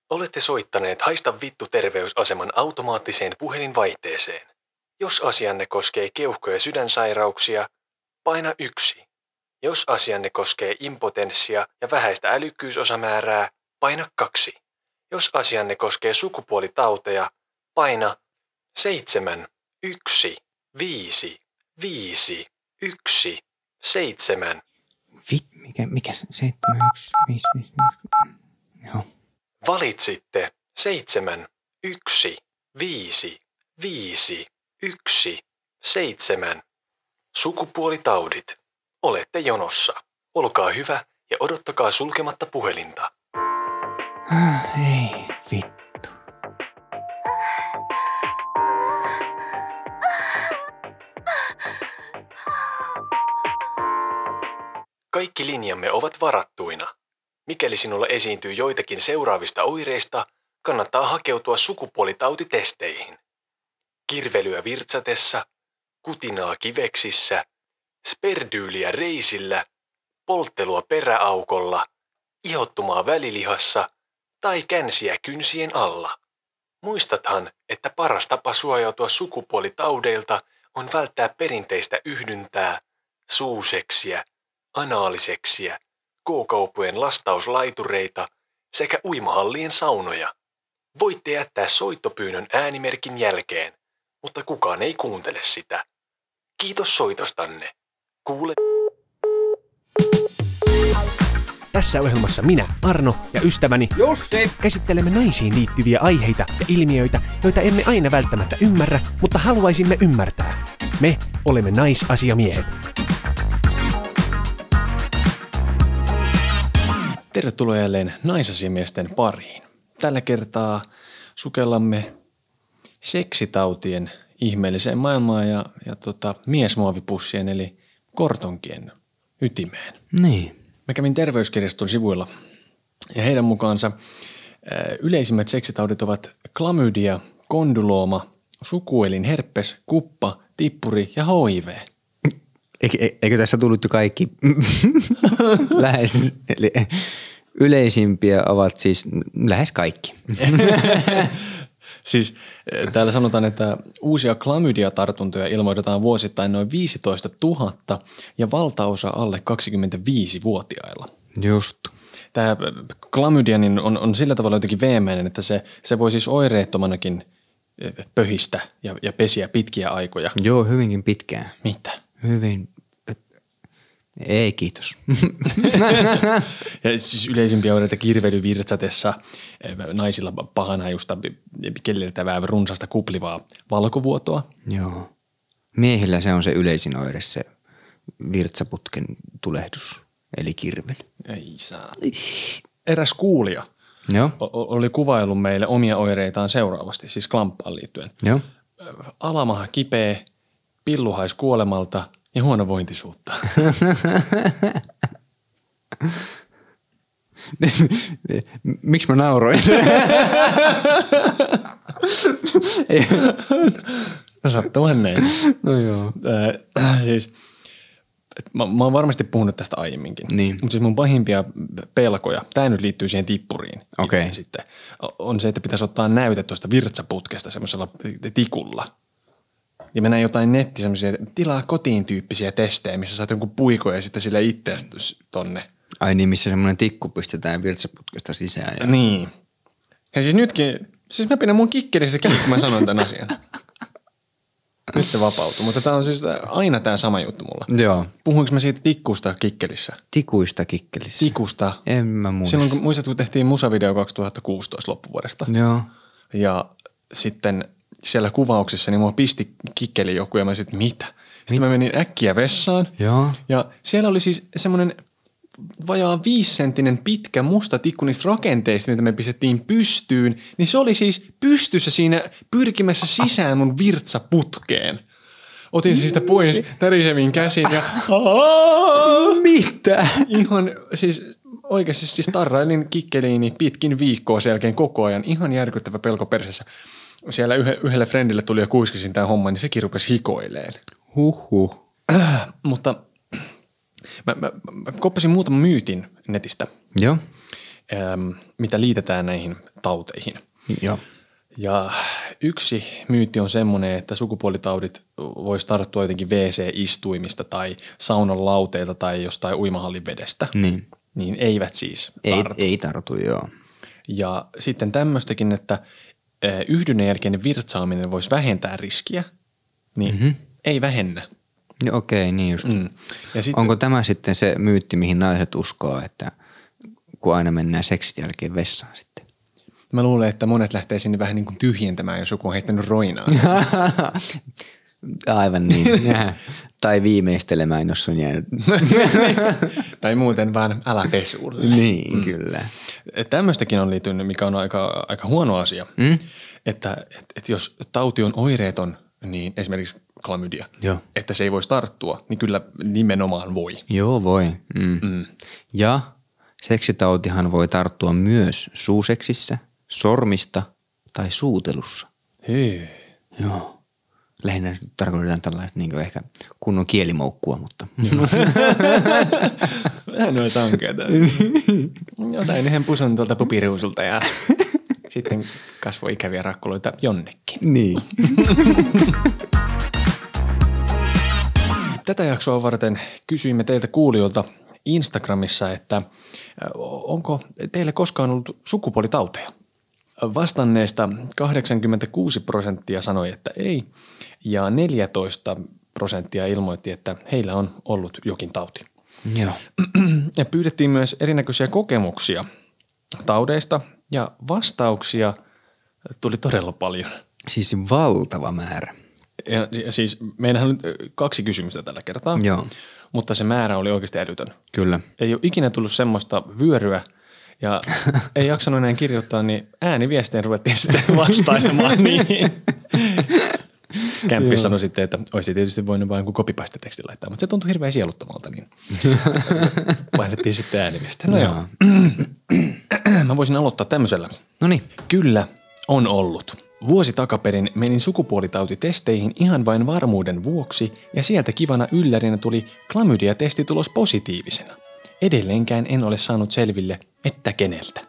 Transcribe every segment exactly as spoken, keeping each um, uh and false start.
Olette soittaneet Haista vittu terveysaseman automaattiseen puhelinvaihteeseen. Jos asianne koskee keuhko- ja sydänsairauksia, paina yksi. Jos asianne koskee impotenssia ja vähäistä älykkyysosamäärää, paina kaksi. Jos asianne koskee sukupuolitauteja, paina seitsemän, yksi, viisi, viisi, yksi, seitsemän. Vit, mikä, mikä se, seitsemän, yksi, viisi, viisi, viisi. Joo. Valitsitte seitsemän, yksi, viisi, viisi, yksi, seitsemän. Sukupuolitaudit. Olette jonossa. Olkaa hyvä ja odottakaa sulkematta puhelinta. Ah, ei, vittu. Kaikki linjamme ovat varattuina. Mikäli sinulla esiintyy joitakin seuraavista oireista, kannattaa hakeutua sukupuolitautitesteihin. Kirvelyä virtsatessa, kutinaa kiveksissä, sperdyyliä reisillä, polttelua peräaukolla, ihottumaa välilihassa tai känsiä kynsien alla. Muistathan, että paras tapa suojautua sukupuolitaudeilta on välttää perinteistä yhdyntää, suuseksiä, anaaliseksiä, K-kauppojen lastauslaitureita sekä uimahallien saunoja. Voitte jättää soittopyynnön äänimerkin jälkeen, mutta kukaan ei kuuntele sitä. Kiitos soitostanne. Kuule. Tässä ohjelmassa minä, Arno ja ystäväni Jussi! käsittelemme naisiin liittyviä aiheita ja ilmiöitä, joita emme aina välttämättä ymmärrä, mutta haluaisimme ymmärtää. Me olemme naisasiamiehet. Tervetuloa jälleen naisasiamiesten pariin. Tällä kertaa sukellamme seksitautien ihmeelliseen maailmaan ja, ja tota, miesmuovipussien eli kortonkien ytimeen. Niin. Mä kävin terveyskirjaston sivuilla ja heidän mukaansa ää, yleisimmät seksitaudit ovat klamydia, kondylooma, sukuelinherpes, kuppa, tippuri ja H I V. Eikö, eikö tässä tullut jo kaikki lähes, eli yleisimpiä ovat siis lähes kaikki. Siis täällä sanotaan, että uusia klamydia-tartuntoja ilmoitetaan vuosittain noin viisitoista tuhatta ja valtaosa alle kaksikymmentäviisivuotiailla. Just. Tämä klamydia niin on, on sillä tavalla jotenkin veemäinen, että se, se voi siis oireettomanakin pöhistä ja, ja pesiä pitkiä aikoja. Joo, hyvinkin pitkään. Mitä? Hyvin. Ei, kiitos. Ja siis yleisimpiä oireita kirvely virtsatessa, naisilla pahanajusta, kellertävää runsasta kuplivaa valkovuotoa. Joo. Miehillä se on se yleisin oire, se virtsaputken tulehdus, eli kirvely. Ei saa. Eräs kuulija Joo. o- oli kuvaillut meille omia oireitaan seuraavasti, siis klamppaan liittyen. Joo. Alamaha kipeä, pilluhais kuolemalta ja huonovointisuutta. Miksi mä nauroin? No sattuman näin. No joo. Äh, siis, mä, mä oon varmasti puhunut tästä aiemminkin. Niin. Mutta siis mun pahimpia pelkoja, tää nyt liittyy siihen tippuriin. Okei. Okay. Sitten, on se, että pitäisi ottaa näyte tuosta virtsaputkesta semmoisella tikulla. Ja mennään jotain netti semmoisia tilaa kotiin tyyppisiä testejä, missä saat jonkun puikon ja sitten sille itseäsi tonne. Ai niin, missä semmoinen tikku pistetään virtsaputkesta sisään. Ja... Niin. Ja siis nytkin, siis mä pidän mun kikkelistä kiinni, kun mä sanon tämän asian. Nyt se vapautuu, mutta tää on siis aina tää sama juttu mulla. Joo. Puhuinko mä siitä tikkusta kikkelissä? Tikuista kikkelissä. Tikusta. En mä muista. Silloin kun muistat, kun tehtiin musavideo kaksituhattakuusitoista loppuvuodesta. Joo. Ja sitten siellä kuvauksessa niin mua pisti kikkeli joku ja mä sit mitä? Sitten Mit? mä menin äkkiä vessaan. Joo. Ja siellä oli siis semmoinen vajaa viisisenttinen pitkä musta tikku niistä rakenteista, mitä me pistettiin pystyyn. Niin se oli siis pystyssä siinä pyrkimässä sisään mun virtsaputkeen. Otin se siitä pois täriseviin käsin ja Mitä? ihan siis oikeasti siis tarrailin kikkeliini pitkin viikkoa sen jälkeen koko ajan. Ihan järkyttävä pelko persessä. Siellä yhdelle friendille tuli ja kuiskisin tämä homma, niin sekin rupesi hikoileen. Huhhuh. Äh, mutta mä, mä, mä koppasin muutaman myytin netistä. Joo. äm, mitä liitetään näihin tauteihin. Joo. Ja yksi myytti on semmoinen, että sukupuolitaudit voisi tarttua jotenkin W C-istuimista tai saunan lauteilta tai jostain uimahallin vedestä. Niin. Niin eivät siis Ei, tartu. ei tartu, joo. Ja sitten tämmöistäkin, että yhdynnän jälkeinen virtsaaminen voisi vähentää riskiä, niin mm-hmm. ei vähennä. No, okei, niin just. Mm. Ja sitten, Onko tämä sitten se myytti, mihin naiset uskoo, että kun aina mennään seksin jälkeen vessaan sitten? mä luulen, että monet lähtee sinne vähän niin kuin tyhjentämään, jos joku on heittänyt roinaa. Aivan niin. Tai viimeistelemään, jos on jäänyt. Tai muuten vaan älä pesulle. Niin, mm. kyllä. Tämmöistäkin on liittynyt, mikä on aika, aika huono asia, mm? että et, et jos tauti on oireeton, niin esimerkiksi klamydia, Joo. että se ei voisi tarttua, niin kyllä nimenomaan voi. Joo, voi. Mm. Mm. Ja seksitautihan voi tarttua myös suuseksissä, sormista tai suutelussa. Hyi. Joo. Lähinnä tarkoitetaan tällaista niin ehkä kunnon kielimoukkua, mutta. Vähän noin sankeeta. Ja sain yhden pusun tuolta pupiruusulta ja sitten kasvoi ikäviä rakkuloita jonnekin. Niin. Tätä jaksoa varten kysyimme teiltä kuulijoilta Instagramissa, että onko teille koskaan ollut sukupuolitauteja? Vastanneista kahdeksankymmentäkuusi prosenttia sanoi, että ei, ja neljätoista prosenttia ilmoitti, että heillä on ollut jokin tauti. Joo. Ja pyydettiin myös erinäköisiä kokemuksia taudeista, ja vastauksia tuli todella paljon. Siis valtava määrä. Ja, ja siis meillähän on nyt kaksi kysymystä tällä kertaa, Joo. mutta se määrä oli oikeasti älytön. Kyllä. Ei ole ikinä tullut semmoista vyöryä, ja ei jaksanut enää kirjoittaa, niin ääniviesteen ruvettiin sitten vastailemaan niihin. Kämppi sanoi sitten, että olisi tietysti voinut vain kuin copy-paste-teksti laittaa, mutta se tuntui hirveän sieluttomalta, niin vaihdettiin sitten ääniviesteen. No joo. Mä voisin aloittaa tämmöisellä. Noniin. Kyllä, on ollut. Vuosi takaperin menin sukupuolitautitesteihin ihan vain varmuuden vuoksi ja sieltä kivana yllärinä tuli klamydia-testitulos positiivisena. Edelleenkään en ole saanut selville, että keneltä.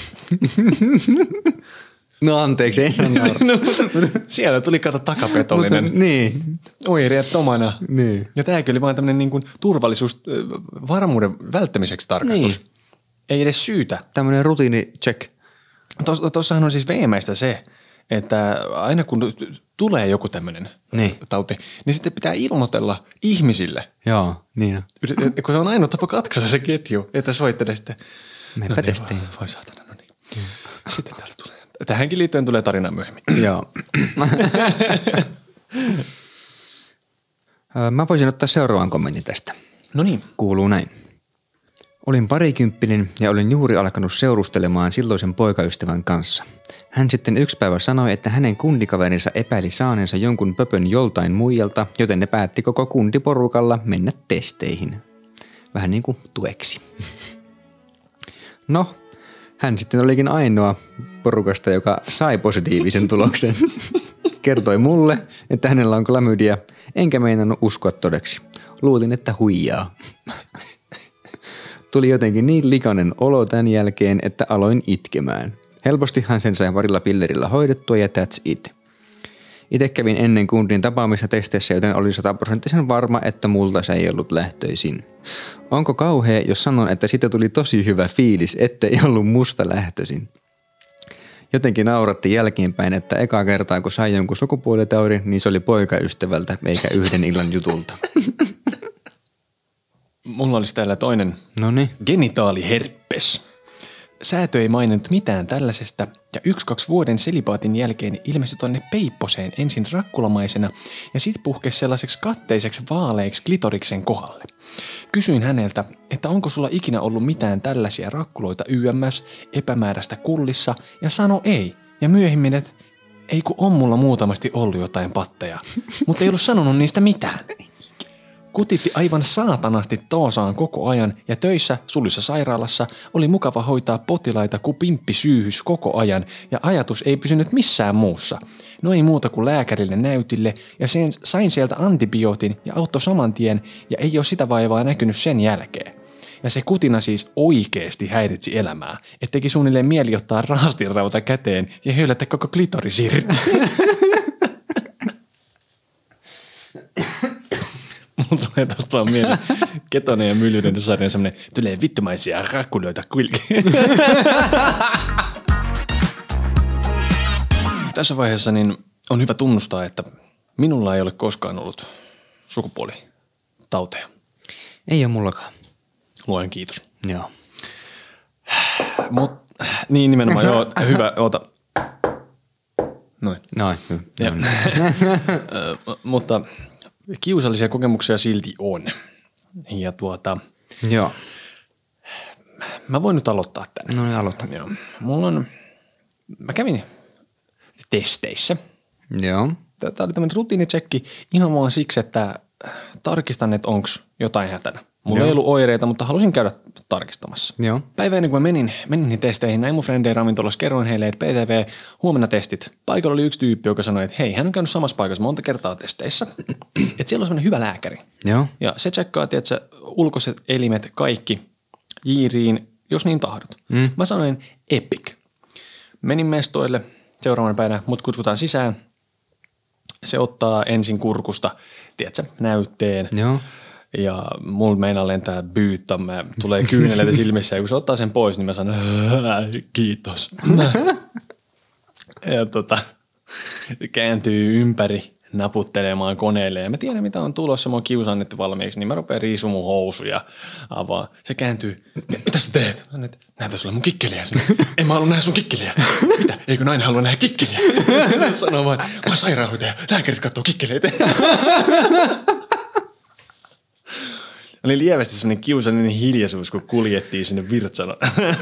No anteeksi, ei sano. No, siellä tuli kato takapetollinen. Mutta, niin. Oireettomana. Niin. Ja tämäkin oli vaan tämmöinen niin kuin turvallisuus, varmuuden välttämiseksi tarkastus. Niin. Ei edes syytä. Tämmöinen rutiini check. Tuossahan on siis veemäistä se, että aina kun tulee joku tämmöinen niin. tauti, niin sitten pitää ilmoitella ihmisille. Joo, niin on. Kun se on ainoa tapa katkaista se ketju, että soittelee sitten. Mepä no testiin. Niin, voi, voi saatana, no niin. Mm. Sitten täältä tulee. Tähänkin liittyen tulee tarina myöhemmin. Joo. Mä voisin ottaa seuraavan kommentin tästä. No niin. Kuuluu näin. Olin parikymppinen ja olin juuri alkanut seurustelemaan silloisen poikaystävän kanssa. Hän sitten yksi päivä sanoi, että hänen kundikaverinsa epäili saaneensa jonkun pöpön joltain muijalta, joten ne päätti koko kundiporukalla mennä testeihin. Vähän niin kuin tueksi. No, hän sitten olikin ainoa porukasta, joka sai positiivisen tuloksen. Kertoi mulle, että hänellä on klamydia, enkä meinannut uskoa todeksi. Luulin, että huijaa. Tuli jotenkin niin likainen olo tämän jälkeen, että aloin itkemään. Helpostihan sen sai parilla pillerillä hoidettua ja that's it. Itse kävin ennen kundin tapaamista testeissä, joten olin sataprosenttisen varma, että multa se ei ollut lähtöisin. Onko kauhea, jos sanon, että siitä tuli tosi hyvä fiilis, ettei ollut musta lähtöisin? Jotenkin nauratti jälkeenpäin, että eka kertaa kun sai jonkun sukupuolitaudin, niin se oli poikaystävältä eikä yhden illan jutulta. Mulla olisi täällä toinen Noniin. genitaaliherpes. Säätö ei maininnut mitään tällaisesta ja yksi kaksi vuoden selibaatin jälkeen ilmestyi tonne peipposeen ensin rakkulamaisena ja sit puhkesi sellaiseksi katteiseksi vaaleiksi klitoriksen kohdalle. Kysyin häneltä, että onko sulla ikinä ollut mitään tällaisia rakkuloita Y M S epämääräistä kullissa ja sano ei ja myöhemmin, että ei kun on mulla muutamasti ollut jotain patteja, mutta ei ollut sanonut niistä mitään. Kutitti aivan saatanasti toosaan koko ajan ja töissä sulissa sairaalassa oli mukava hoitaa potilaita kuin pimppi syyhys koko ajan ja ajatus ei pysynyt missään muussa. No ei muuta kuin lääkärille näytille ja sen, sain sieltä antibiootin ja auttoi saman tien ja ei ole sitä vaivaa näkynyt sen jälkeen. Ja se kutina siis oikeasti häiritsi elämää. Et teki suunnilleen mieli ottaa raastinrauta käteen ja höylätä koko klitorisi irti. Mulla tulee tosta vaan mieleen Ketonen ja Myllynen sarjan semmonen tulee vittumaisia rakkuloita kulkeen. Tässä vaiheessa niin on hyvä tunnustaa, että minulla ei ole koskaan ollut sukupuolitauteja. Ei ole mullakaan. Luojan kiitos. Joo. Mut, niin nimenomaan, joo, hyvä, oota. Noin. Noin. Ja, mutta kiusallisia kokemuksia silti on. Ja tuota, joo. Mä voin nyt aloittaa tänne. No niin, aloita. Joo. Mulla on, mä kävin testeissä. Joo. Tämä oli tämmöinen rutiinitsekki ihan vaan siksi, että tarkistan, että onko jotain hätänä. Mulla Joo. ei ollut oireita, mutta halusin käydä tarkistamassa. Joo. Päivä ennen kuin mä menin, menin niihin testeihin, näin mun frendeen ravintolassa, kerroin heille, että P T V, huomenna testit. Paikalla oli yksi tyyppi, joka sanoi, että hei, hän on käynyt samassa paikassa monta kertaa testeissä. Että siellä on semmoinen hyvä lääkäri. Joo. Ja se tsekkaa, tiedätkö, ulkoiset elimet kaikki jiiriin, jos niin tahdot. Mm. Mä sanoin epic. Menin mestoille seuraavana päivänä, mut kutsutaan sisään. Se ottaa ensin kurkusta, tiedätkö, näytteen. Joo. Ja mulla meinaa lentää byyttä, mä tulee kyyneleitä silmissä ja kun se ottaa sen pois, niin mä sanon kiitos. Ja tota, kääntyy ympäri naputtelemaan koneelle ja mä tiedän mitä on tulossa, mä oon kiusannettu valmiiksi, niin mä rupean riisumaan mun housuja, avaa. Se kääntyy, mitä sä teet? Mä sanon, että näytä sulle mun kikkeliä. En mä halua nähdä sun kikkeliä. Mitä? Eikö nainen halua nähdä kikkeliä? Se sanoo vaan, mä oon sairaanhoitaja, lääkärit kattoo kikkeleitä. Oli lievästi semmoinen kiusallinen hiljaisuus, kun kuljettiin sinne Virtsalan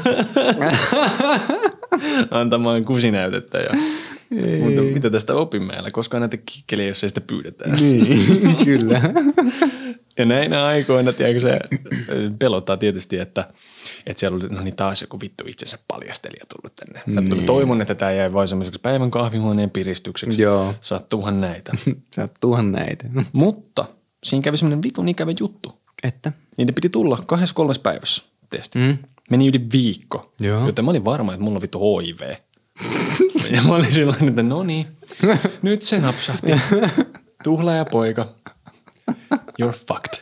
antamaan kusinäytettä. Ja, mutta mitä tästä opimme? Älä koskaan näitä kikkeliä, jos ei sitä pyydetään. Niin, kyllä. Ja näinä aikoina, tiedätkö, se pelottaa tietysti, että, että siellä oli no niin, taas joku vittu itsensä paljastelija tullut tänne. Niin. Toivon, että tämä jäi vain semmoiseksi päivän kahvihuoneen piristykseksi. Joo. Sattuuhan näitä. Sattuuhan näitä. Mutta siinä kävi semmoinen vitun ikävä juttu. Että? Niiden piti tulla kahdessa kolmessa päivässä testi. Mm. Meni yli viikko, Joo. joten mä olin varma, että mulla on vittu H I V. Ja mä olin silloin, että no niin, nyt se napsahti. Tuhlaaja poika, you're fucked.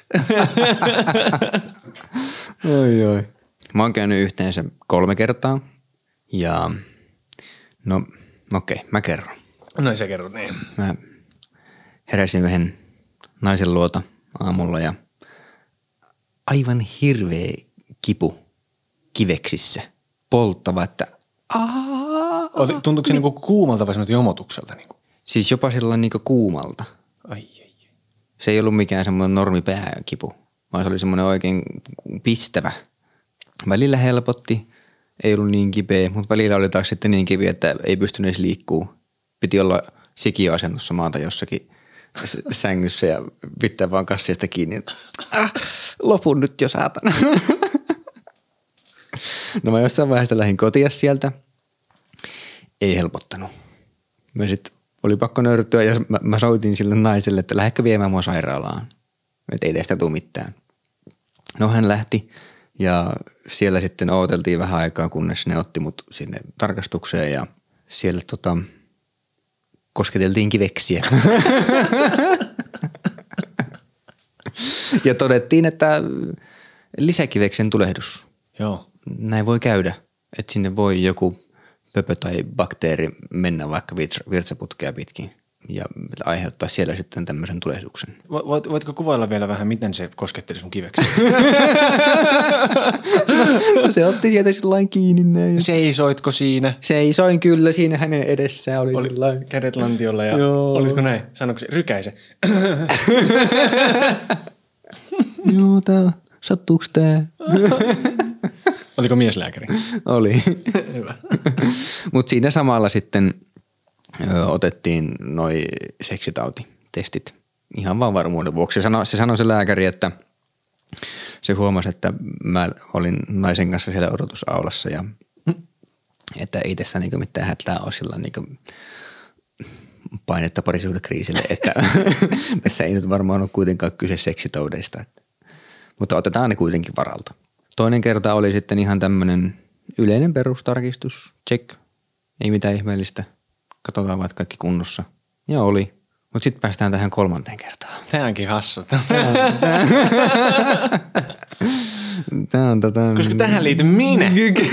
Oi oi. Mä oon käynyt yhteensä kolme kertaa ja no okei, okay, mä kerron. No se kerron niin. Mä heräsin yhden naisen luota aamulla ja aivan hirveä kipu kiveksissä. Polttava, että aah. Tuntuuko se niinku kuumalta vai semmoista jomotukselta? Niinku? Siis jopa sellainen niinku kuumalta. Ai, ai, ai. Se ei ollut mikään semmoinen normipääkipu, vaan se oli semmoinen oikein pistävä. Välillä helpotti, ei ollut niin kipeä, mutta välillä oli taas sitten niin kipeä, että ei pystynyt edes liikkuu. Piti olla sikiöasennossa maata jossakin sängyssä ja pitää vaan kassiasta kiinni. Ah, lopun nyt jo saatana. No mä jossain vaiheessa lähdin kotia sieltä. Ei helpottanut. Mä sit oli pakko nöyrtyä ja mä, mä soitin sille naiselle, että lähdekö viemään mua sairaalaan. Että ei tästä tule mitään. No hän lähti ja siellä sitten odoteltiin vähän aikaa, kunnes ne otti mut sinne tarkastukseen ja siellä tota kosketeltiin kiveksiä. Ja todettiin, että lisäkiveksen tulehdus. Joo. Näin voi käydä, että sinne voi joku pöpö tai bakteeri mennä vaikka virtsaputkea pitkin ja aiheuttaa siellä sitten tämmöisen tulehduksen. Voit, voitko kuvailla vielä vähän, miten se kosketteli sun kiveksi? Se otti sieltä sillain kiinni näin. Seisoitko siinä? Seisoin kyllä siinä hänen edessään. Oli, oli sillain. Kädet lantiolla ja Joo. olisiko näin? Sanoiko se rykäise? Joo, tää, sattuuks tää? Oliko mieslääkäri? Oli. Hyvä. Mutta siinä samalla sitten ö, otettiin noi seksitautitestit ihan vaan varmuuden vuoksi. Se sanoi se, sano se lääkäri, että se huomasi, että mä olin naisen kanssa siellä odotusaulassa ja että ei tässä niinku mitään hätää ole sillä niinku painetta parisuhdekriisille, että tässä ei nyt varmaan ole kuitenkaan kyse seksitaudeista. Mutta otetaan ne kuitenkin varalta. Toinen kerta oli sitten ihan tämmöinen yleinen perustarkistus. Check. Ei mitään ihmeellistä. Katsotaan vaan, kaikki kunnossa. Ja oli. Mutta sitten päästään tähän kolmanteen kertaan. Tämä onkin hassu. Tämä on tätä... Koska tähän liityn minä.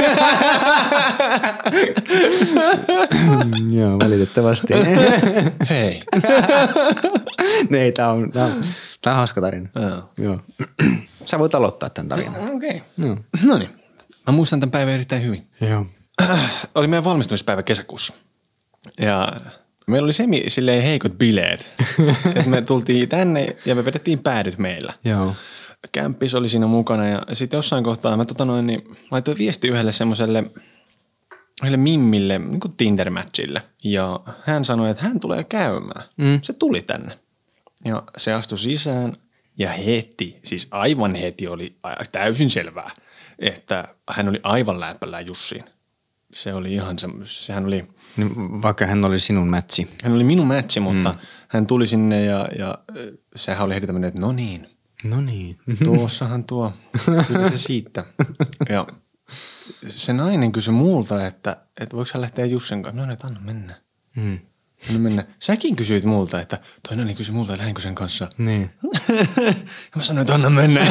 Joo, valitettavasti. Hei. Ei, tämä on, tää on, tää on hauska tarina. Joo. Joo. Sä voit aloittaa tämän tarinan. Okei. Okay. Joo. No niin. Mä muistan tämän päivän erittäin hyvin. Joo. Oli meidän valmistumispäivä kesäkuussa. Ja meillä oli semi silleen heikot bileet. Että me tultiin tänne ja me vedettiin päädyt meillä. Joo. Kämppis oli siinä mukana ja sitten jossain kohtaa mä tota noin, niin laitoin viesti yhdelle semmoiselle yhdelle mimmille, niin kuin Tinder-matchille. Ja hän sanoi, että hän tulee käymään. Mm. Se tuli tänne. Ja se astui sisään ja heti, siis aivan heti oli täysin selvää, että hän oli aivan lämpällään Jussiin. Se oli ihan se, sehän oli... Niin, vaikka hän oli sinun mätsi. Hän oli minun mätsi, mutta mm. hän tuli sinne ja, ja sehän oli heti tämmöinen, että no niin. No niin. Tuossahan tuo, kyllä se siitä. Ja se nainen kysyi multa, että, että voiko hän lähteä Jussin kanssa. No niin, anna mennä. Mm. Anna mennä. Säkin kysyit multa, että toi nainen kysyi multa, että lähdenkö sen kanssa. Niin. Ja mä sanoin, että anna mennä.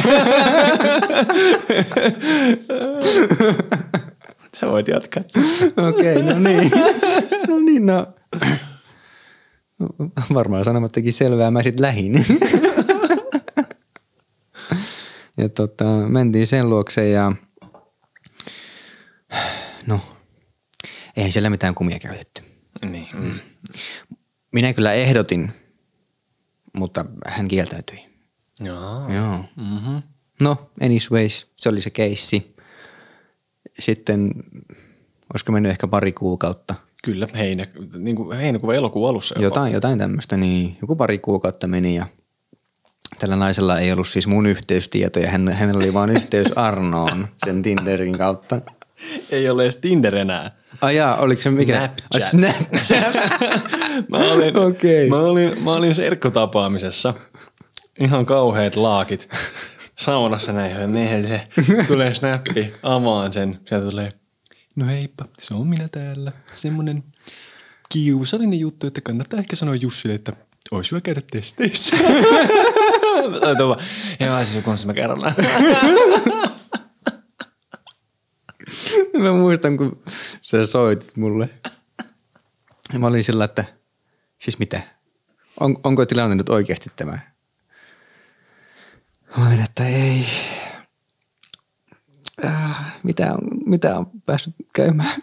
Sä voit jatkaa. Okei, okay, no niin. No niin, no. Varmaan sanomattakin selvää, mä sit lähin. Ja tota, mentiin sen luokse ja no, eihän siellä mitään kumia käytetty. Niin. Mm. Minä kyllä ehdotin, mutta hän kieltäytyi. Joo. Joo. Mm-hmm. No, anyways, se oli se keissi. Sitten, olisiko mennyt ehkä pari kuukautta. Kyllä, heinä, niin kuin heinäkuun elokuun alussa. Jotain, jotain tämmöistä, niin joku pari kuukautta meni ja tällä naisella ei ollut siis mun yhteystietoja, hän, hänellä oli vaan yhteys Arnoon sen Tinderin kautta. Ei ole edes Tinder enää. Ai jaa, oliko se mikä? Snapchat. Ai, Snapchat. mä olin, okay. mä olin, mä olin serkkotapaamisessa. Ihan kauheat laakit. Saunassa näin, ja miehen se tulee snappi, avaan sen. Sieltä tulee, no heippa, se on minä täällä. Semmonen kiusallinen juttu, että kannattaa ehkä sanoa Jussille, että ois hyvä käydä testeissä. Joo, siis kun mä kerron. Mä muistan, kun sä soitit mulle. Mä olin sillä, että siis mitä? On, onko tilanne nyt oikeasti tämä? Mä olin, että ei. Äh, mitä, on, mitä on päässyt käymään?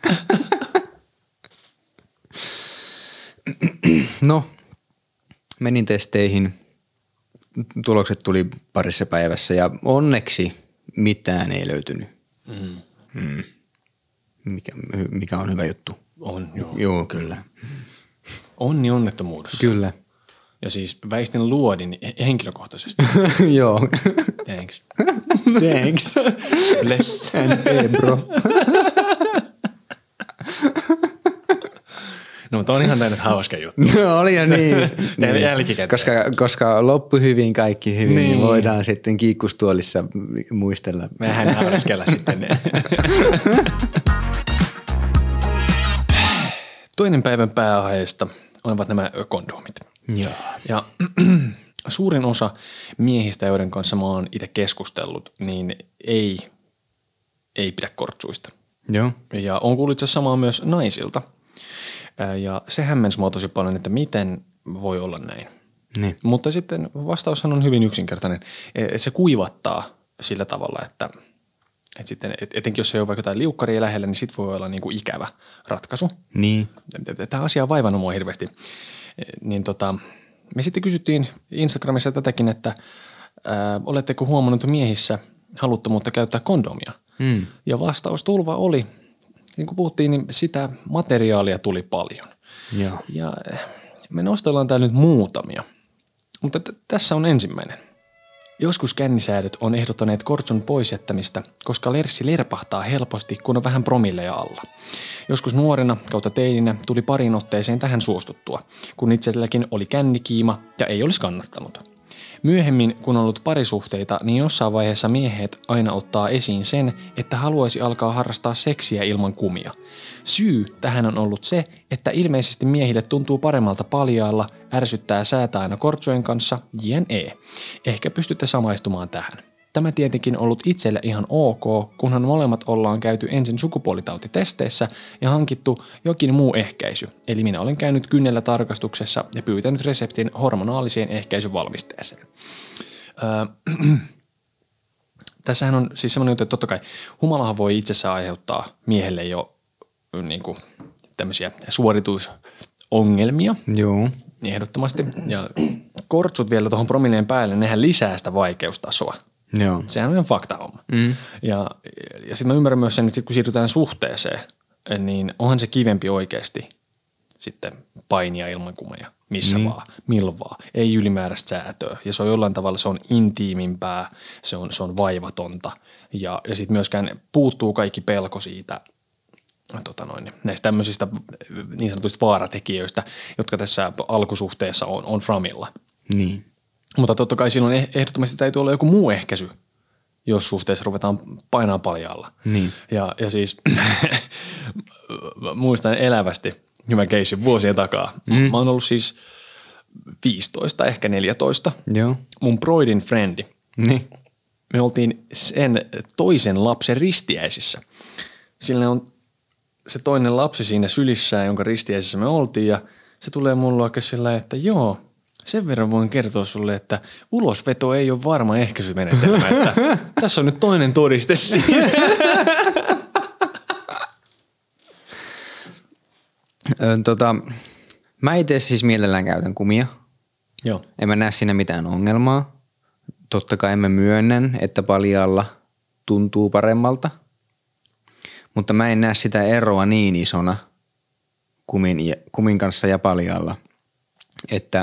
No, menin testeihin. Tulokset tuli parissa päivässä ja onneksi mitään ei löytynyt. Mm. Mm. Mikä, mikä on hyvä juttu. On, joo. Joo, kyllä. Onni onnettomuudessa. Kyllä. Ja siis väistin luodin henkilökohtaisesti. Joo. Thanks. Thanks. Bless. Hey bro. No, mutta on ihan tämä nyt hauska juttu. No oli jo niin. niin. Jälkikäteen. Koska, koska loppu hyvin, kaikki hyvin, niin, niin voidaan sitten kiikkustuolissa muistella. Mehän naureskella sitten. Toinen päivän pääaiheesta ovat nämä kondomit. Joo. Ja suurin osa miehistä, joiden kanssa mä oon itse keskustellut, niin ei, ei pidä kortsuista. Joo. Ja on kuullut itse samaa myös naisilta. Ja se hämmensi mua tosi paljon, että miten voi olla näin. Niin. Mutta sitten vastaushan on hyvin yksinkertainen. Se kuivattaa sillä tavalla, että, että sitten, etenkin jos ei ole vaikka jotain liukkaria lähellä, niin sit voi olla niin kuin ikävä ratkaisu. Niin. Tämä asia on vaivannut mua hirveästi. Niin tota, me sitten kysyttiin Instagramissa tätäkin, että ää, oletteko huomannut miehissä haluttomuutta käyttää kondomia? Mm. Ja vastaustulva oli, niin kuin puhuttiin, niin sitä materiaalia tuli paljon. Joo. Ja me nostellaan täällä nyt muutamia, mutta t- tässä on ensimmäinen. Joskus kännisäädöt on ehdottaneet kortsun poisjättämistä, koska lerssi lerpahtaa helposti, kun on vähän promilleja alla. Joskus nuorena kautta teininä tuli parin otteeseen tähän suostuttua, kun itselläkin oli kännikiima ja ei olisi kannattanut. Myöhemmin, kun on ollut parisuhteita, niin jossain vaiheessa miehet aina ottaa esiin sen, että haluaisi alkaa harrastaa seksiä ilman kumia. Syy tähän on ollut se, että ilmeisesti miehille tuntuu paremmalta paljaalla, ärsyttää säätää aina kortsujen kanssa, jne. Ehkä pystytte samaistumaan tähän. Tämä tietenkin ollut itselle ihan ok, kunhan molemmat ollaan käyty ensin sukupuolitautitesteissä ja hankittu jokin muu ehkäisy. Eli minä olen käynyt kynnellä tarkastuksessa ja pyytänyt reseptin hormonaaliseen ehkäisyvalmisteeseen. Öö, tässähän on siis semmoinen juttu, että totta kai humalahan voi itsessään aiheuttaa miehelle jo niin kuin, tämmöisiä suoritusongelmia. Joo. Ehdottomasti. Ja kortsut vielä tuohon promineen päälle, nehän lisää sitä vaikeustasoa. Joo. Sehän on fakta homma. Mm. Ja, ja sitten mä ymmärrän myös sen, että sit kun siirrytään suhteeseen, niin onhan se kivempi oikeasti sitten painia ilman kumeja. Missä niin. vaan, milloin vaan. Ei ylimääräistä säätöä. Ja se on jollain tavalla, se on intiimimpää, se on, se on vaivatonta. Ja, ja sitten myöskään puuttuu kaikki pelko siitä, tota noin, näistä tämmöisistä niin sanotuista vaaratekijöistä, jotka tässä alkusuhteessa on, on framilla. Niin. Mutta totta kai silloin ehdottomasti täytyy olla joku muu ehkäisy, jos suhteessa ruvetaan painaa paljaalla. Niin. Ja, ja siis muistan elävästi hyvän keissin vuosien takaa. Mm. Mä oon ollut siis viisitoista, ehkä neljätoista. Joo. Mun broidin friendi. Niin. Me oltiin sen toisen lapsen ristiäisissä. Sillä on se toinen lapsi siinä sylissään, jonka ristiäisissä me oltiin ja se tulee mulle oikein sillä, että joo, sen verran voin kertoa sulle, että ulosveto ei ole varma ehkäisymenetelmä, että tässä on nyt toinen todiste siitä. tota, mä itse siis mielellään käytän kumia. Joo. En mä näe siinä mitään ongelmaa. Totta kai mä myönnän, että paljaalla tuntuu paremmalta. Mutta mä en näe sitä eroa niin isona kumin, kumin kanssa ja paljaalla, että,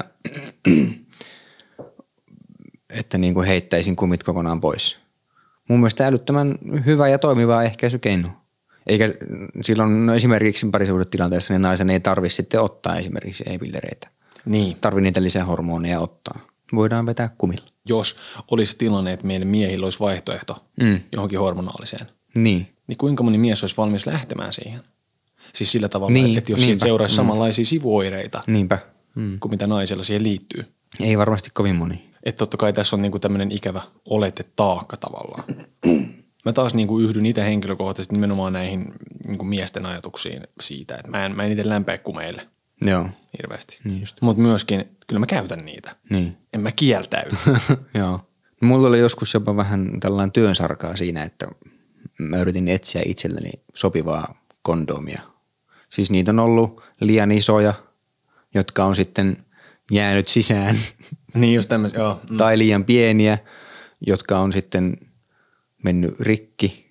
että niin kuin heittäisin kumit kokonaan pois. Mun mielestä älyttömän hyvä ja toimiva ehkäisykeino. Eikä silloin no esimerkiksi parisuhdetilanteessa niin naisen ei tarvitse sitten ottaa esimerkiksi e-pillereitä. Niin. Tarvii niitä lisähormoneja ottaa. Voidaan vetää kumilla. Jos olisi tilanne, että meidän miehillä olisi vaihtoehto mm. johonkin hormonaaliseen, niin. niin kuinka moni mies olisi valmis lähtemään siihen? Siis sillä tavalla, niin, että jos niinpä. siitä seuraisi mm. samanlaisia sivuoireita niinpä. Mm. kuin mitä naisella siihen liittyy. Ei varmasti kovin moni. Että totta kai tässä on niinku tämmöinen ikävä oletetaakka tavallaan. Mä taas niinku yhdyn itse henkilökohtaisesti nimenomaan näihin niinku miesten ajatuksiin siitä, että mä en, mä en itse lämpeä kumeille. Joo. Hirveästi. Niin mutta myöskin, kyllä mä käytän niitä. Niin. En mä kieltäydy. Joo. Mulla oli joskus jopa vähän tällainen työnsarkaa siinä, että mä yritin etsiä itselleni sopivaa kondomia. Siis niitä on ollut liian isoja, jotka on sitten jäänyt sisään. Niin just tämmöisiä, joo. Mm. Tai liian pieniä, jotka on sitten mennyt rikki.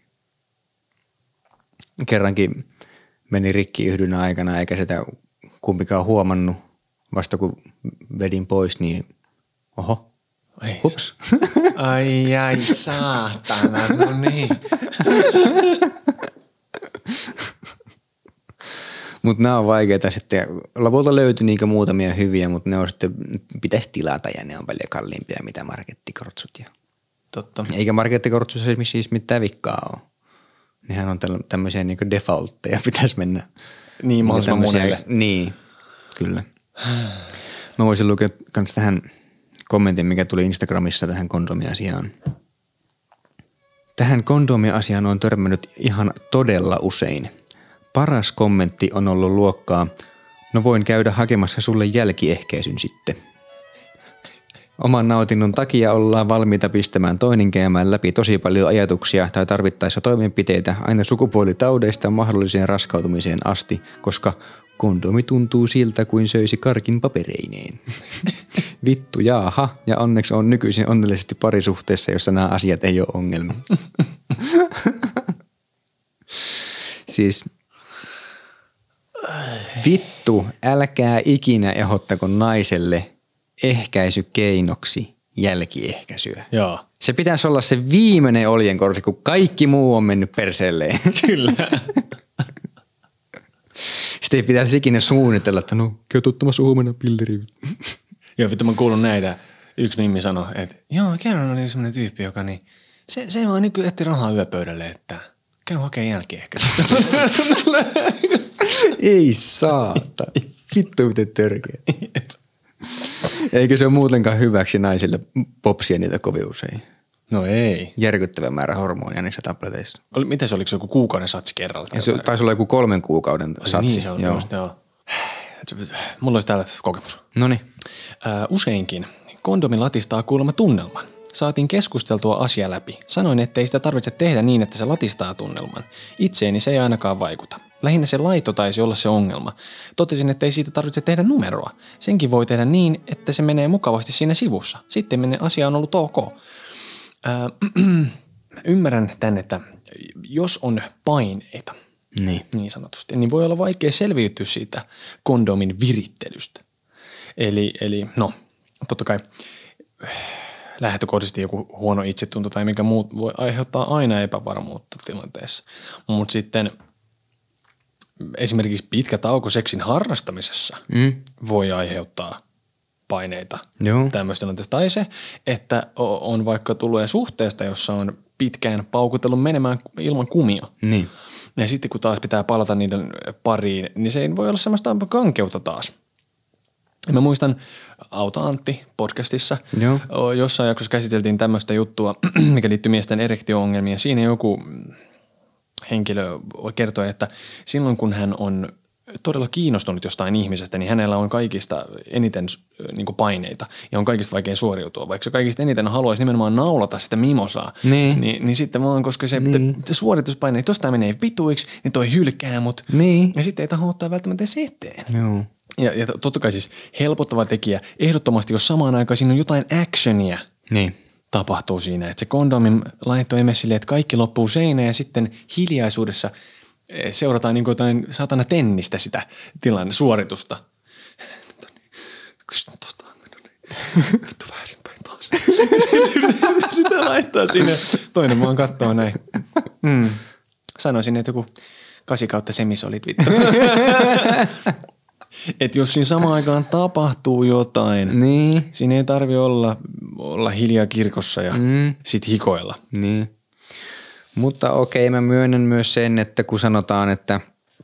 Kerrankin meni rikki yhdyn aikana, eikä sitä kumpikaan huomannut. Vasta kun vedin pois, niin oho, Ei, hups. Ai ai saatana, no niin. Mutta nämä on vaikeita sitten. Lopulta löytyi niinkä muutamia hyviä, mutta ne on sitten, pitäisi tilata ja ne on paljon kalliimpia mitä markettikortsut. Ja. Totta. Eikä markettikortsussa siis mitään vikkaa ole. Nehän on tämmöisiä niin kuin defaultteja, pitäisi mennä. Niin, mahdollisimman monelle. Niin, kyllä. Mä voisin lukea myös tähän kommentin, mikä tuli Instagramissa tähän kondomiasiaan. Tähän kondomiasiaan on törmännyt ihan todella usein. Paras kommentti on ollut luokkaa, no voin käydä hakemassa sulle jälkiehkäisyn sitten. Oman nautinnon takia ollaan valmiita pistämään toinen käymään läpi tosi paljon ajatuksia tai tarvittaessa toimenpiteitä aina sukupuolitaudeista mahdolliseen raskautumiseen asti, koska kondomi tuntuu siltä kuin söisi karkin papereineen. Vittu jaaha, ja onneksi on nykyisin onnellisesti parisuhteessa, jossa nämä asiat ei ole ongelmia. Siis vittu, älkää ikinä ehdottako naiselle ehkäisykeinoksi jälkiehkäisyä. Joo. Se pitäisi olla se viimeinen oljenkorsi, kun kaikki muu on mennyt perseelleen. Kyllä. Sitten ei pitäisi ikinä suunnitella, että no, käy ottamassa huomenna pilleriä. Joo, vittu mä kuulun näitä, yksi mimmi sanoi, että joo, kerran oli semmoinen tyyppi, joka niin, se, se vaan niin etti rahaa yöpöydälle, että käy hakemaan jälkeen ehkä. Ei saata. Vittu miten törkeä. Eikö se ole muutenkaan hyväksi naisille popsia niitä kovin usein? No ei. Järkyttävä määrä hormonia niissä tableteissa. Oli, miten se, oliko se joku kuukauden satsi kerralla? Ja se taisi olla joku kolmen kuukauden satsi. Niin se on joo. Just, joo. Mulla olisi täällä kokemus. Noniin. Äh, useinkin kondomi latistaa kuulemma tunnelman. Saatiin keskusteltua asia läpi. Sanoin, että ei sitä tarvitse tehdä niin, että se latistaa tunnelman. Itseeni se ei ainakaan vaikuta. Lähinnä se laito taisi olla se ongelma. Totesin, että ei siitä tarvitse tehdä numeroa. Senkin voi tehdä niin, että se menee mukavasti siinä sivussa. Sitten menee asia on ollut ok. Äh, ymmärrän tän, että jos on paineita, niin. niin sanotusti, niin voi olla vaikea selviytyä siitä kondomin virittelystä. Eli, eli no, totta kai lähtökohdisesti joku huono itsetunto tai mikä muu voi aiheuttaa aina epävarmuutta tilanteessa. Mutta sitten esimerkiksi pitkä tauko seksin harrastamisessa mm. voi aiheuttaa paineita tämmöistä tilanteesta. Tai se, että on vaikka tullut suhteesta, jossa on pitkään paukutellut menemään ilman kumia. Niin. Ja sitten kun taas pitää palata niiden pariin, niin se ei voi olla semmoista kankeutta taas. Ja mä muistan Auta Antti podcastissa, Joo. jossain jaksossa käsiteltiin tämmöistä juttua, mikä liittyy miesten erektio-ongelmiin. Ja siinä joku henkilö kertoi, että silloin kun hän on todella kiinnostunut jostain ihmisestä, niin hänellä on kaikista eniten niin kuin paineita ja on kaikista vaikea suoriutua. Vaikka se kaikista eniten haluaisi nimenomaan naulata sitä mimosaa, niin, niin, niin sitten vaan, koska se niin. suorituspaine, että jos tämä menee vituiksi, niin toi hylkää mut. Niin. Ja sitten ei taho ottaa välttämättä se eteen. Joo. Ja, ja totta kai siis helpottava tekijä, ehdottomasti jos samaan aikaan siinä on jotain actionia niin. tapahtuu siinä. Että se kondomin laitto ei mene silleen, että kaikki loppuu seinään ja sitten hiljaisuudessa seurataan niin kuin jotain satana tennistä sitä tilanne, suoritusta. Tuosta on mennyt vittu väärinpäin taas. Sitä laittaa sinne. Toinen vaan katsoo näin. Mm. Sanoisin, että joku kasi kautta semisolit vittu. Että jos siinä samaan aikaan tapahtuu jotain, niin. siinä ei tarvitse olla, olla hiljaa kirkossa ja mm. sit hikoilla. Niin. Mutta okei, mä myönnän myös sen, että kun sanotaan, että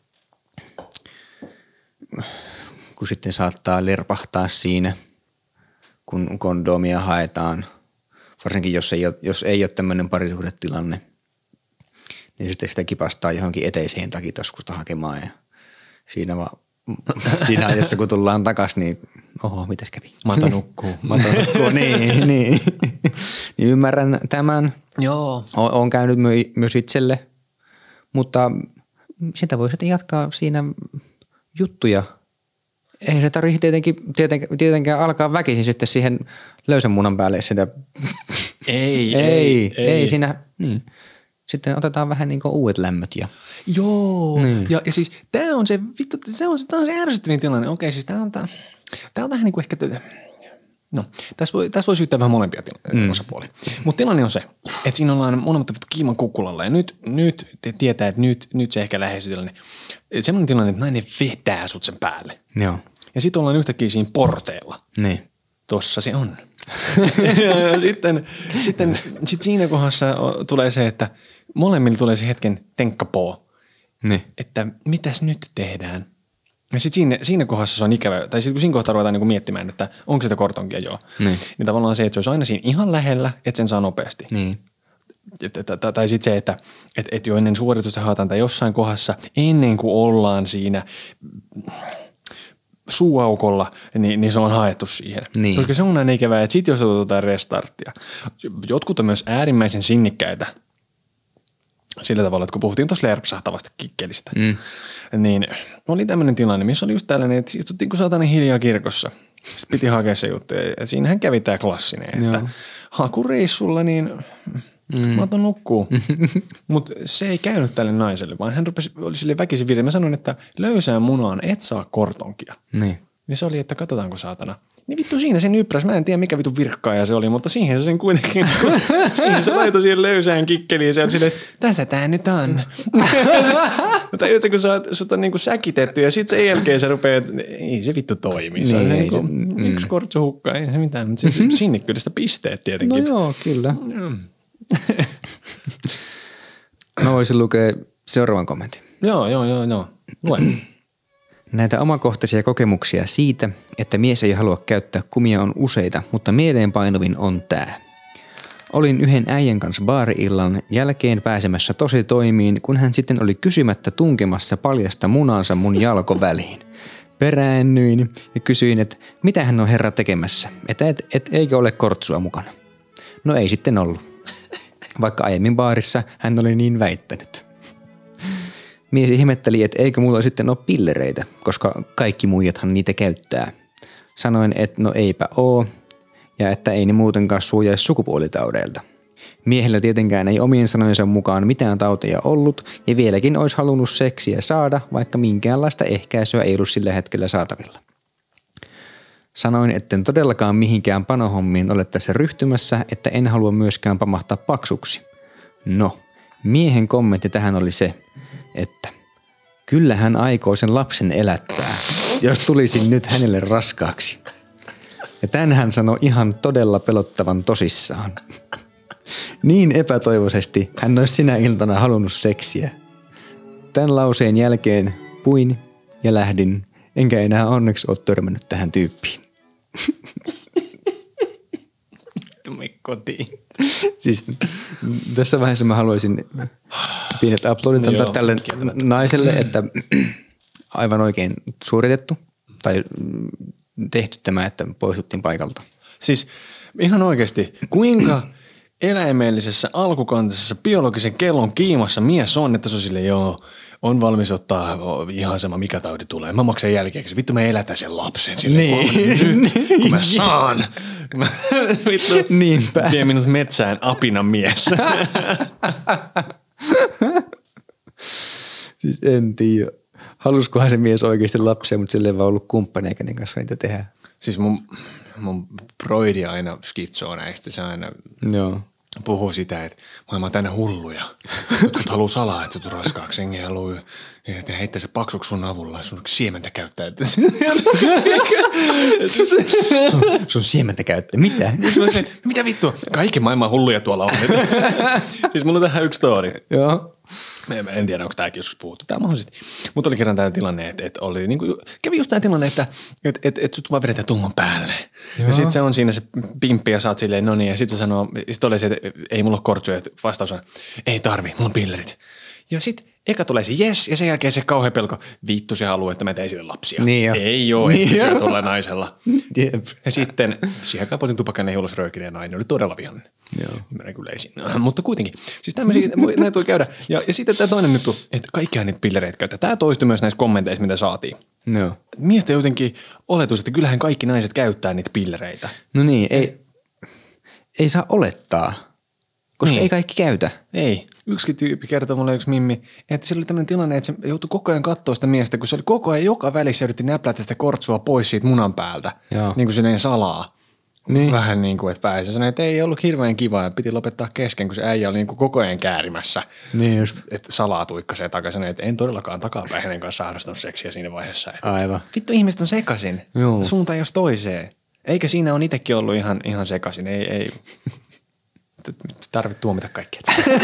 kun sitten saattaa lerpahtaa siinä, kun kondomia haetaan, varsinkin jos ei ole, jos ei ole tämmöinen parisuhdetilanne, niin sitten sitä kipastaa johonkin eteiseen takitaskusta hakemaan ja siinä vaan siinä ajassa, kun tullaan takas, niin oho, mitäs kävi? Mata nukkuu. Mata nukkuu, niin, niin. niin. Ymmärrän tämän. Joo. O- on käynyt my- myös itselle, mutta sitä voi sitten jatkaa siinä juttuja. Ei se tarvitse tietenkin, tietenkään, tietenkään alkaa väkisin sitten siihen löysän munan päälle sitä. Ei, ei, ei, ei. ei siinä, niin. Sitten otetaan vähän niin kuin uudet lämmöt. Ja joo, niin. ja, ja siis tämä on se, vittu, se on, tämä on se ärsyttävin tilanne. Okei, siis tämä on tämä, tämä on vähän niin kuin ehkä, no, tässä voi, tässä voi syyttää vähän molempia tila- mm. osapuolia. Mutta tilanne on se, että siinä ollaan molemmat vittu kiiman kukkulalla ja nyt, nyt te tietää, että nyt, nyt se ehkä lähestyy tilanne. Sellainen tilanne, että nainen vetää sut sen päälle. Joo. Ja sitten ollaan yhtäkkiä siinä porteella. Niin. Tossa se on. ja sitten, sitten sit siinä kohdassa tulee se, että molemmilla tulee se hetken tenkkapoo, niin. että mitäs nyt tehdään. Ja sitten siinä, siinä kohdassa se on ikävä, tai sitten kun siinä kohtaa ruvetaan niinku miettimään, että onko sitä kortonkia joo, niin. niin tavallaan se, että se olisi aina siinä ihan lähellä, että sen saa nopeasti. Niin. Tai sitten se, että et, et jo ennen suoritusta haetaan tai jossain kohdassa, ennen kuin ollaan siinä suuaukolla, niin, niin se on haettu siihen. Niin. Koska se on aina ikävää, että sitten jos otetaan restarttia. Jotkut on myös äärimmäisen sinnikkäitä sillä tavalla, että kun puhuttiin tuossa lerpsahtavasta kikkelistä, mm. niin oli tämmöinen tilanne, missä oli just tällainen, että istuttiin kun saatainen hiljaa kirkossa. Sitten piti hakea se juttu ja siinähän kävi tämä klassinen, että hakureissulla niin mm. mä otan nukkuu. Mutta se ei käynyt tälle naiselle, vaan hän rupesi, oli sille väkisin virhe. Mä sanoin, että löysään munaan et saa kortonkia. Niin. Niin se oli, että katsotaanko saatana Niin vittu siinä sen ypräs. Mä en tiedä mikä vittu virkkaaja se oli, mutta siihen se sen kuitenkin, siihen se laitoi siihen löysään kikkeliin. Se oli silleen, tässä tää nyt on. Mutta yleensä kun sä oot, sut on niinku säkitetty ja sit sen jälkeen sä rupeat, ei se vittu toimi. Se on Niin, niinku, se, mm. yksi kortsu hukkaa, ei se mitään. Mutta siis mm-hmm. sinne kyllä sitä pisteet tietenkin. No joo, kyllä. Mm. Mä voisin lukea seuraavan kommentin. Joo, joo, joo, joo. Lue. Näitä omakohtaisia kokemuksia siitä, että mies ei halua käyttää kumia on useita, mutta mieleenpainuvin on tää. Olin yhden äijän kanssa baari-illan jälkeen pääsemässä tosi toimiin, kun hän sitten oli kysymättä tunkemassa paljasta munansa mun jalkoväliin. Peräännyin ja kysyin, että mitä hän on herra tekemässä, että et, et, eikö ole kortsua mukana. No ei sitten ollut, vaikka aiemmin baarissa hän oli niin väittänyt. Mies ihmetteli, että eikö mulla sitten ole pillereitä, koska kaikki muijathan niitä käyttää. Sanoin, että no eipä oo, ja että ei ne muutenkaan suojaisi sukupuolitaudeilta. Miehellä tietenkään ei omien sanojensa mukaan mitään tauteja ollut, ja vieläkin olisi halunnut seksiä saada, vaikka minkäänlaista ehkäisyä ei ollut sillä hetkellä saatavilla. Sanoin, etten todellakaan mihinkään panohommiin ole tässä ryhtymässä, että en halua myöskään pamahtaa paksuksi. No, miehen kommentti tähän oli se, että kyllä hän aikoo sen lapsen elättää, jos tulisin nyt hänelle raskaaksi. Ja tän hän sanoi ihan todella pelottavan tosissaan. Niin epätoivoisesti hän olisi sinä iltana halunnut seksiä. Tän lauseen jälkeen puin ja lähdin, enkä enää onneksi ole törmännyt tähän tyyppiin. Tumi kotiin. Siis tässä vaiheessa mä haluaisin pienet aplodit antaa Joo, tälle naiselle, että aivan oikein suoritettu tai tehty tämä, että poistuttiin paikalta. Siis ihan oikeasti, kuinka eläimellisessä, alkukantaisessa, biologisen kellon kiimassa mies on, että se on silleen, joo, on valmis ottaa ihan sama, mikä taudi tulee. Mä maksan jälkeen, vittu me elätään sen lapsen silleen, niin. Nyt, kun mä saan. Vittu, niinpä. vie minut metsään apina mies. Siis en tiedä. Haluskohan se mies oikeasti lapsia, mutta sille ei vaan ollut kumppania, kenen kanssa niitä tehdään. Siis mun, mun broidi aina skitsoo näistä. Se aina Joo. puhuu sitä, että maailma on tänne hulluja. Jotkut haluaa salaa, että sä tulet raskaaksi. Jengi haluaa heittää se paksuksi sun avulla ja sun siementä käyttää. sun, sun siementä käyttää. Mitä? Se, mitä vittua? Kaikki maailman hulluja tuolla on. Siis mulla on tähän yksi story. Joo. Mä en tiedä, onko tämäkin joskus puhuttu. Tämä mahdollisesti. Mutta oli kerran tämä tilanne, että, että oli, niin kuin, kävi just tämä tilanne, että, että, että, että sut vaan vedetään tungon päälle. Joo. Ja sitten se on siinä se pimppi ja sä oot silleen, no niin, ja sitten se sanoo, sitten oli se, että ei mulla ole kortsuja, että vastaus on, ei tarvi, mulla on pillerit. Ja sitten eka tulee se jes, ja sen jälkeen se kauhean pelko, vittu se haluaa, että mä teen sille lapsia. Niin jo. Ei oo, niin että se tuolla naisella. Jep. Ja sitten siihen kapotin tupakan ei ulos röökinen ja nainen oli todella vihainen. Joo. Ymmärrän kyllä ei siinä. Mutta kuitenkin. Siis tämmöisiä, näitä voi käydä. Ja, ja sitten tämä toinen juttu, että kaikkiaan niitä pillereitä käyttää. Tämä toistui myös näissä kommenteissa, mitä saatiin. No. Miestä jotenkin oletus, että kyllähän kaikki naiset käyttää niitä pillereitä. No niin, ei, ei saa olettaa, koska niin. ei kaikki käytä. Ei. Yksikin tyyppi kertoi mulle yksi mimmi, että sillä oli tämmöinen tilanne, että se joutui koko ajan katsoa sitä miestä, kun se oli koko ajan joka välissä yritti näplätä sitä kortsua pois siitä munan päältä. Joo. Niin kuin se salaa. Niin. Vähän niin kuin, että pääsi. Sanoi, että ei ollut hirveän kiva ja piti lopettaa kesken, kun se äijä oli niin kuin koko ajan käärimässä. Niin just. Että salaa tuikkasee takaisin. Että en todellakaan takapäin hänen kanssa harrastanut seksiä siinä vaiheessa. Että aivan. Vittu ihmiset on sekaisin. Joo. Suuntaan jos toiseen. Eikä siinä ole itsekin ollut ihan, ihan sekaisin. Ei, ei. Tarvitse tuomita kaikkea.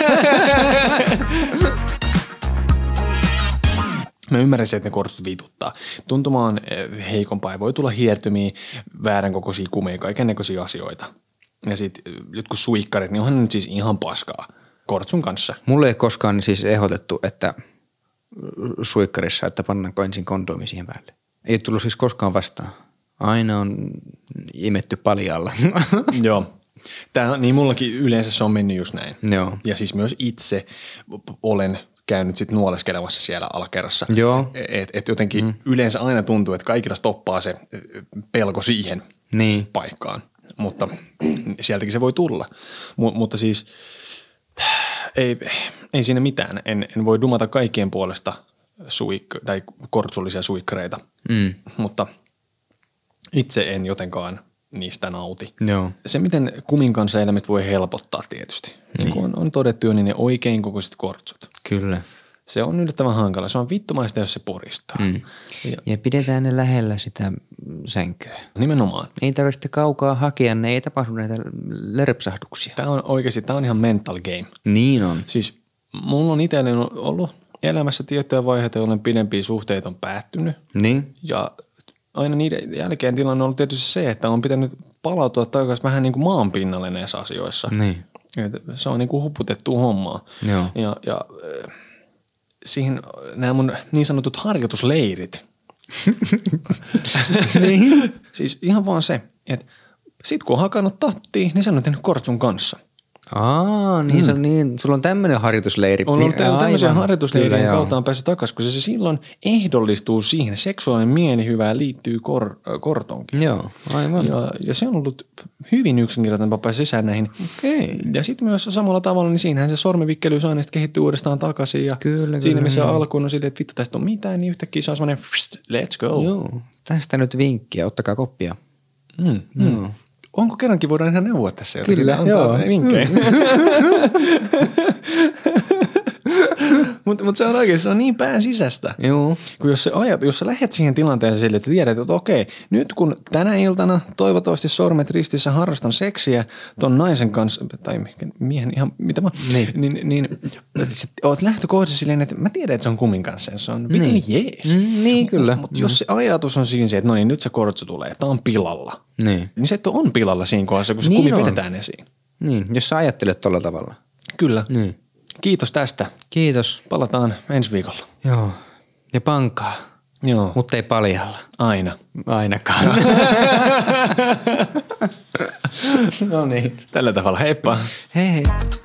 Mä ymmärrän se, että ne kortsut vituttaa. Tuntuma on heikompaa ja voi tulla hiertymiä, väärän kokoisia kumeja, kaikennäköisiä asioita. Ja sit jotkut suikkarit, niin onhan nyt siis ihan paskaa kortsun kanssa. Mulle ei koskaan siis ehdotettu, että suikkarissa, että pannaanko ensin kondoomi siihen päälle. Ei tullut siis koskaan vastaan. Aina on imetty paljalla. Joo. Tää, niin mullakin yleensä se on mennyt just näin. Joo. Ja siis myös itse olen käynyt sitten nuoleskelemassa siellä alakerrassa. Joo. Et, et jotenkin mm. yleensä aina tuntuu, että kaikilla stoppaa se pelko siihen niin. paikkaan. Mutta sieltäkin se voi tulla. M- mutta siis ei, ei siinä mitään. En, en voi dumata kaikkien puolesta suik- tai kortsullisia suikkareita. Mm. Mutta Itse en jotenkaan niistä nauti. Joo. Se, miten kumin kanssa elämistä voi helpottaa tietysti. Niin. Niin on, on todettu jo, niin ne oikein kokoiset kortsut. Kyllä. Se on yllättävän hankala. Se on vittumaista, jos se puristaa. Mm. Ja, Ja pidetään ne lähellä sitä sänkyä. nimenomaan. Ei tarvitse kaukaa hakea, ne ei tapahdu näitä lörpsahduksia. Tämä on oikeasti, tämä on ihan mental game. Niin on. Siis mulla on itselleni ollut elämässä tiettyjä vaiheita, jolloin pidempiä suhteita on päättynyt. Niin? Ja aina niiden jälkeen tilanne on ollut tietysti se, että on pitänyt palautua takaisin vähän niin kuin maan pinnalle näissä asioissa. Niin. Et se on niin kuin huputettua hommaa. Joo. Ja, ja äh, siihen nämä mun niin sanotut harjoitusleirit. Niin? Siis ihan vaan se, että sit kun on hakannut tattia, niin sen on tehnyt kortsun kanssa. Aa, niin, mm. se on niin. Sulla on tämmöinen harjoitusleiri. On ollut Aivan. tämmöisiä harjoitusleirien Kyllä, kautta on päässyt takaisin, kun se, se silloin ehdollistuu siihen. Seksuaalinen mielihyvä liittyy kor, äh, kortonkin. Joo, aivan. Ja, ja se on ollut hyvin yksinkertainen tapa päästä sisään näihin. Okei. Ja sitten myös samalla tavalla, niin siinähän se sormivikkelyys aina sitten kehittyy uudestaan takaisin. Ja Kyllä, siinä kyllä, missä joo. alkuun on silleen, että vittu tästä on mitään, niin yhtäkkiä se on semmoinen let's go. Joo. Tästä nyt vinkkiä, ottakaa koppia. Mm, mm. Onko kerrankin voidaan ihan neuvoa tässä? jotakin? Kyllä, Antaa joo. vinkkejä. Mutta mut se on oikein, se on niin pään sisästä. Joo. Kun jos, se ajat, jos sä lähdet siihen tilanteeseen sille, että tiedät, että okei, nyt kun tänä iltana toivottavasti sormet ristissä harrastan seksiä ton naisen kanssa, tai miehen ihan, mitä mä, Niin. niin, niin sit oot lähtökohdassa silleen, että mä tiedän, että se on kumin kanssa, se on vitun Niin. jees. Mm, niin, kyllä. Mutta jos se ajatus on siinä se, että no niin, nyt se kortsu tulee, tää on pilalla, Niin. niin se että on pilalla siinä kohdassa, kun se Niin kumi on. vedetään esiin. Niin, jos sä ajattelet tolla tavalla. Kyllä. Niin. Kiitos tästä. Kiitos. Palataan ensi viikolla. Joo. Ja pankaa. Joo. Mutta ei paljalla. Aina. Ainakaan. No niin. Tällä tavalla. Heippa. Hei hei.